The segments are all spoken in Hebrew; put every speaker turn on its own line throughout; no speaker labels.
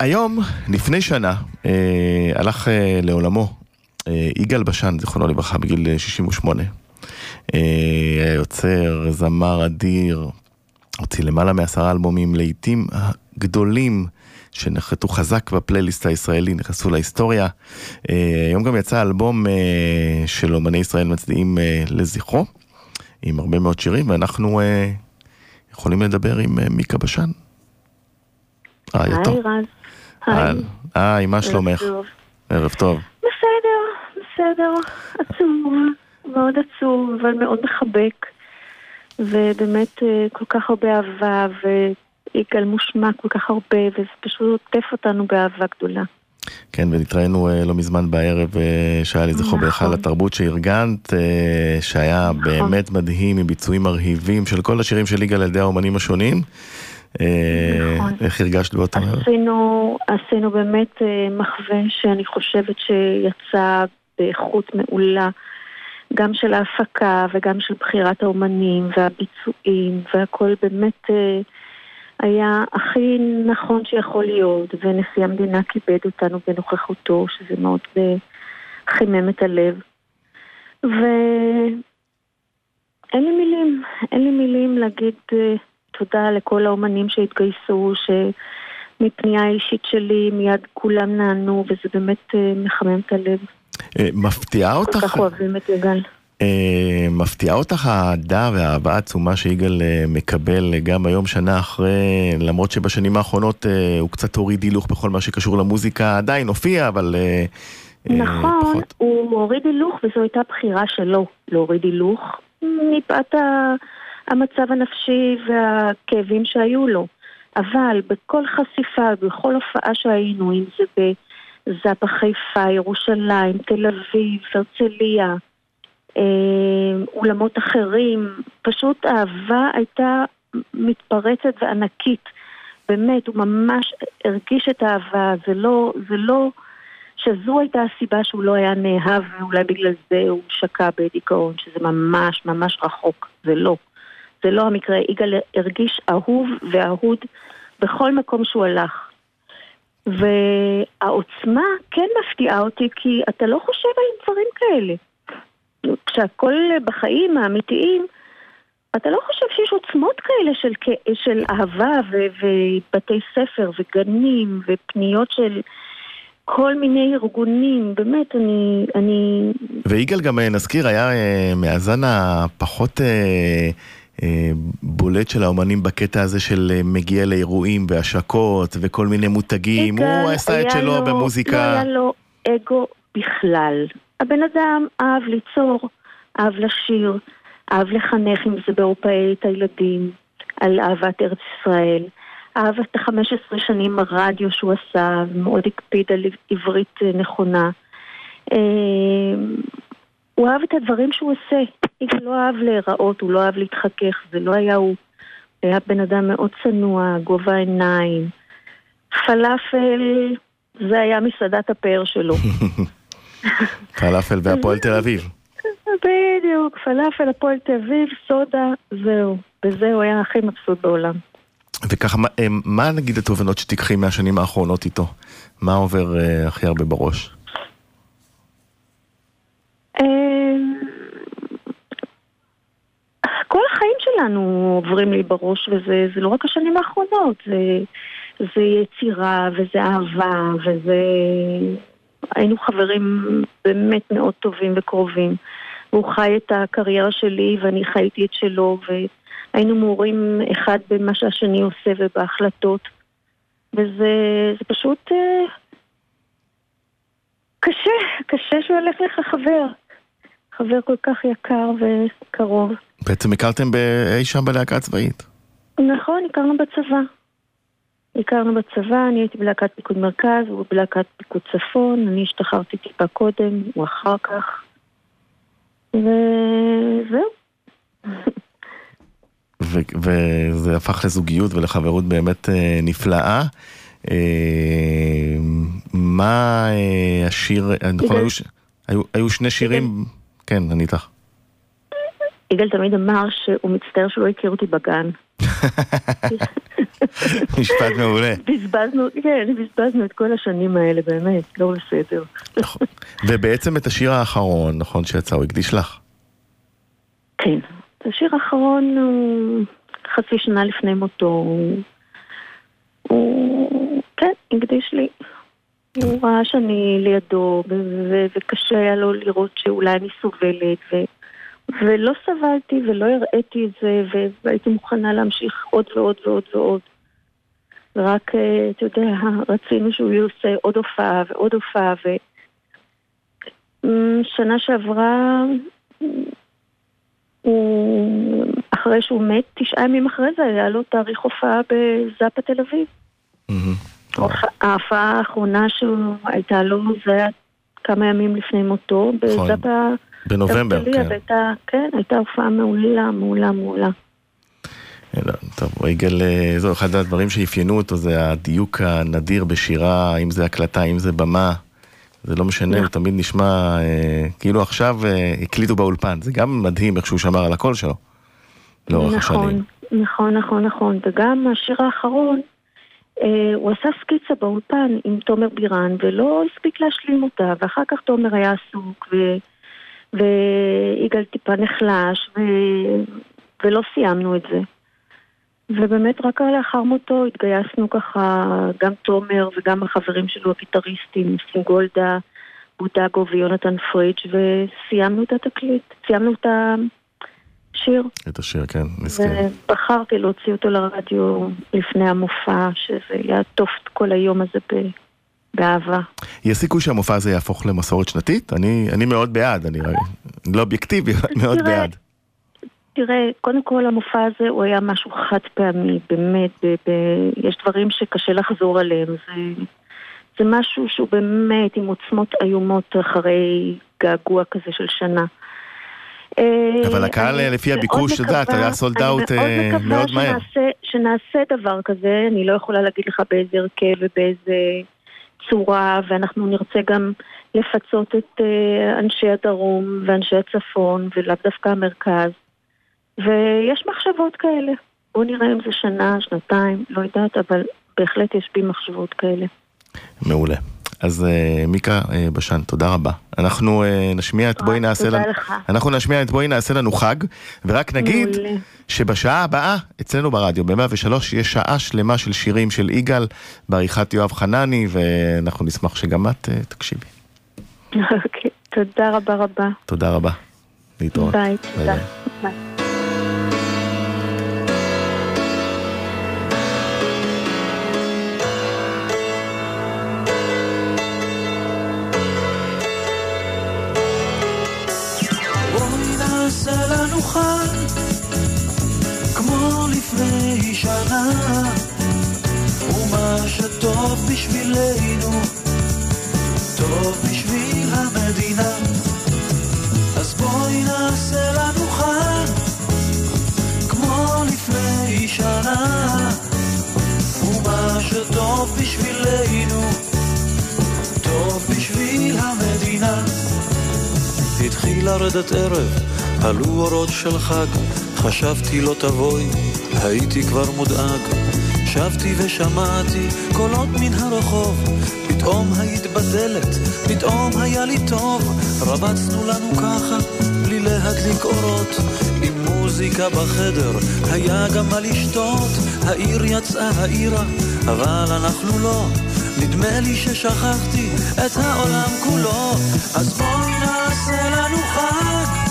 היום, לפני שנה, הלך לעולמו יגאל בשן, זיכרונו לברכה, בגיל 68. היה יוצר, זמר אדיר, הוציא למעלה מ10 אלבומים, לעיתים גדולים שנחתו חזק בפלייליסט הישראלי, נכנסו להיסטוריה. היום גם יצא אלבום של אומני ישראל מצדיעים לזכרו, עם הרבה מאוד שירים, ואנחנו יכולים לדבר עם מיקה בשן.
היי רז.
היי, מה שלומך? ערב טוב.
בסדר, עצוב, מאוד עצוב, אבל מאוד מחבק, ובאמת כל כך הרבה אהבה, ויגאל מושמע כל כך הרבה, וזה פשוט עוטף אותנו באהבה גדולה.
כן, ונתראינו לא מזמן בערב שהיה לי זכרו בהיכל התרבות שארגנת, שהיה באמת מדהים, עם ביצועים מרהיבים של כל השירים של יגאל על ידי האומנים השונים. איך הרגשת באותו ערב?
עשינו באמת מחווה שאני חושבת שיצא באיכות מעולה, גם של ההפקה וגם של בחירת האומנים והביצועים, והכל באמת היה הכי נכון שיכול להיות, ונשיא המדינה כיבד אותנו בנוכחותו, שזה מאוד חימם את הלב. ואין לי מילים להגיד תודה לכל האומנים שהתגייסו, שמפנייה האישית שלי מיד כולם נענו, וזה באמת מחמם את הלב.
מפתיעה אותך?
כל כך אוהבים את יגאל.
מפתיעה אותך האהדה והאהבה העצומה שיגאל מקבל גם היום, שנה אחרי, למרות שבשנים האחרונות הוא קצת הוריד הילוך בכל מה שקשור למוזיקה, עדיין הופיע, אבל
נכון,
פחות.
הוא הוריד הילוך, וזו הייתה בחירה שלו להוריד הילוך, מפאת המצב הנפשי והכאבים שהיו לו. אבל בכל חשיפה, בכל הופעה שהיינו, אם זה בזאפה חיפה, ירושלים, תל אביב, הרצליה, אולמות אחרים, פשוט האהבה הייתה מתפרצת וענקית. באמת, הוא ממש הרגיש את האהבה. זה לא שזו הייתה הסיבה שהוא לא היה נאהב, ואולי בגלל זה הוא שקע בדיכאון, שזה ממש ממש רחוק. זה לא המקרה. יגאל הרגיש אהוב ואהוד בכל מקום שהוא הלך. והעוצמה כן מפתיעה אותי, כי אתה לא חושב על דברים כאלה. כשהכל בחיים האמיתיים, אתה לא חושב שיש עוצמות כאלה של אהבה ובתי ספר וגנים ופניות של כל מיני ארגונים. באמת, אני...
ויגאל גם נזכיר, היה מהזן הפחות בולט של האומנים בקטע הזה של מגיע לאירועים והשקות וכל מיני מותגים. הוא עשה את שלו במוזיקה.
לא היה לו אגו בכלל. הבן אדם אהב ליצור, אהב לשיר, אהב לחנך, אם זה באירופאי את הילדים, על אהבת ארץ ישראל. אהב את 15 שנים הרדיו שהוא עשה, מאוד הקפיד על עברית נכונה. הוא אהב את הדברים שהוא עושה. הוא לא אהב להיראות, הוא לא אהב להתחכך, זה לא היה הוא. היה בן אדם מאוד צנוע, גובה עיניים. פלאפל, זה היה מסעדת הפאר שלו.
פלאפל והפועל תל אביב.
בדיוק, פלאפל, הפועל תל אביב, סודה, זהו. בזה הוא היה הכי מבסוט בעולם.
וככה, מה נגיד התובנות שתיקחי מהשנים האחרונות איתו? מה עובר הכי הרבה בראש?
כל החיים שלנו עוברים לי בראש, וזה לא רק השנים האחרונות, זה יצירה, וזה אהבה, וזה... היינו חברים באמת מאוד טובים וקרובים. והוא חי את הקריירה שלי ואני חייתי את שלו, והיינו מעורים אחד במה שהשני עושה ובהחלטות. וזה פשוט קשה שהוא הולך לך חבר כל כך יקר וקרוב.
בעצם הכרתם באי שם בלהקה הצבאית.
נכון, הכרנו בצבא, אני הייתי בלהקת פיקוד מרכז, הוא בלהקת פיקוד צפון, אני השתחררתי טיפה קודם, הוא אחר כך, וזהו.
וזה הפך לזוגיות ולחברות באמת נפלאה. מה השיר, היו שני שירים, כן, אני איתך.
יגאל תמיד אמר שהוא מצטער שלא הכיר אותי בגן.
משפט מעולה.
בזבזנו את כל השנים האלה, באמת, לא בסדר.
ובעצם את השיר האחרון, נכון שיצא, הוא הקדיש לך?
כן, השיר האחרון הוא חצי שנה לפני מותו, הוא כן, הקדיש לי. הוא ראה שאני לידו, וקשה היה לו לראות שאולי אני סובלת, ולא סבלתי ולא הראיתי את זה, והייתי מוכנה להמשיך עוד ועוד ועוד ועוד. ורק, אתה יודע, רצינו שהוא יעשה עוד הופעה ועוד הופעה, ושנה שעברה, אחרי שהוא מת, 9 ימים אחרי זה, היה לו תאריך הופעה בזאפה תל אביב. ההופעה האחרונה שהייתה לו, זה היה כמה ימים לפני מותו, בזאפה...
בנובמבר,
כן. הייתה הופעה מעולה.
טוב, יגאל, זו אחד הדברים שאפיינו אותו, זה הדיוק הנדיר בשירה, אם זה הקלטה, אם זה במה, זה לא משנה, הוא תמיד נשמע, כאילו עכשיו הקליטו באולפן, זה גם מדהים איך שהוא שמר על הקול שלו, לאורך השנים.
נכון, וגם השיר האחרון, הוא עשה סקיצה באולפן עם תומר בירן, ולא הספיק להשלים אותה, ואחר כך תומר היה עסוק, ויגאל טיפה נחלש, ולא סיימנו את זה. ובאמת רק לאחר מותו התגייסנו ככה, גם תומר וגם החברים שלו, הגיטריסטים, ניסים גולדה, בודגו ויונתן פריג', וסיימנו את התקליט, סיימנו את השיר.
את השיר, כן, נזכר.
ובחרתי להוציא אותו לרדיו לפני המופע, שזה יעטוף את כל היום הזה באהבה.
יש סיכוי שהמופע הזה יהפוך למסורת שנתית? אני מאוד בעד, אני לא אובייקטיבי, מאוד בעד.
תראה, קודם כל המופע הזה הוא היה משהו חד פעמי, באמת, יש דברים שקשה לחזור עליהם, זה משהו שהוא באמת עם עוצמות איומות אחרי געגוע כזה של שנה.
אבל הקהל לפי הביקוש, שדעת, היה סולד אאוט מאוד מהר.
אני מאוד מקווה שנעשה דבר כזה, אני לא יכולה להגיד לך באיזה הרכב ובאיזה צורה, ואנחנו נרצה גם לפצות את אנשי הדרום ואנשי הצפון, ולאו דווקא המרכז. ויש מחשבות כאלה. בוא נראה אם זה שנה, שנתיים, לא יודעת, אבל בהחלט יש בי מחשבות כאלה.
מעולה. אז מיקה בשן, תודה רבה. אנחנו נשמיע את בואי נעשה לנו... אנחנו נשמיע את בואי נעשה לנו חג, ורק נגיד שבשעה הבאה, אצלנו ברדיו, ב-103, יש שעה שלמה של שירים של יגאל, בעריכת יואב חנני, ואנחנו נשמח שגם את תקשיבי.
אוקיי, תודה רבה.
תודה רבה. להתראות.
ביי, תודה. ביי.
כמו לפני שנה, ומה שטוב בשבילנו טוב בשביל המדינה, אז בואי נעשה לנו חג כמו לפני שנה, ומה שטוב בשבילנו טוב בשביל המדינה. התחיל לרדת ערב, עלו אורות של חג, חשבתי לא תבואי, הייתי כבר מודאג, שבתי ושמעתי קולות מן הרחוב, פתאום היית בדלת, פתאום היה לי טוב, רבצנו לנו ככה, בלי להדליק אורות, עם מוזיקה בחדר, היה גם מה לשתות, העיר יצאה העירה, אבל אנחנו לא, נדמה לי ששכחתי את העולם כולו, אז בואי נעשה לנו חג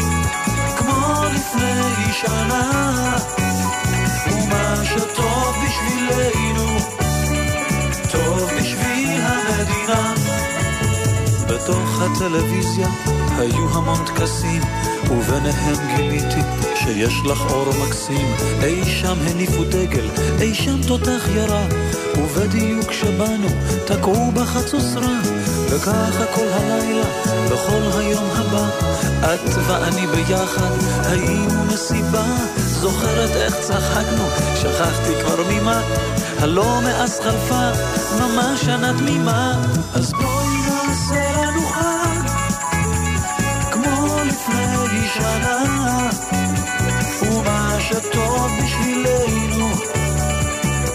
לפני שנה, ומה שטוב בשבילנו טוב בשביל המדינה. בתוך הטלוויזיה היו המון תקסים, וביניהם גיליתי שיש לך אור מקסים. אי שם הניפו דגל, אי שם תותח ירה, ובדיוק שבאנו תקעו בחצוצרה, וככה כל הלילה וכל היום הבא את ואני ביחד היינו מסיבה. זוכרת איך צחקנו, שכחתי כבר ממה, הלא מאז חלפה ממש שנה תמימה. אז בואי נעשה לנו חג כמו לפני שנה, ומה שטוב בשבילנו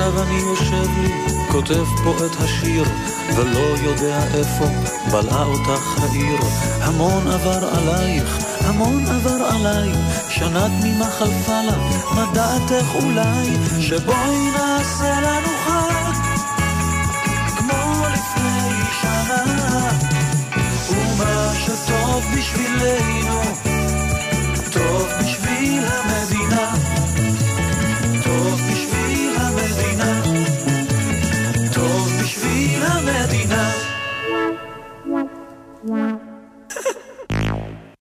עכשיו אני יושב לי, כותב פה את השיר, ולא יודע איפה בלעה אותך העיר. המון עבר עלייך, המון עבר עליי, שנה תמימה חלפה לה, מה דעתך אולי, שבואי נעשה לנו חג, כמו לפני שנה, ומה שטוב בשבילנו, טוב בשביל המדינה, טוב בשביל המדינה, טוב בשביל המדינה.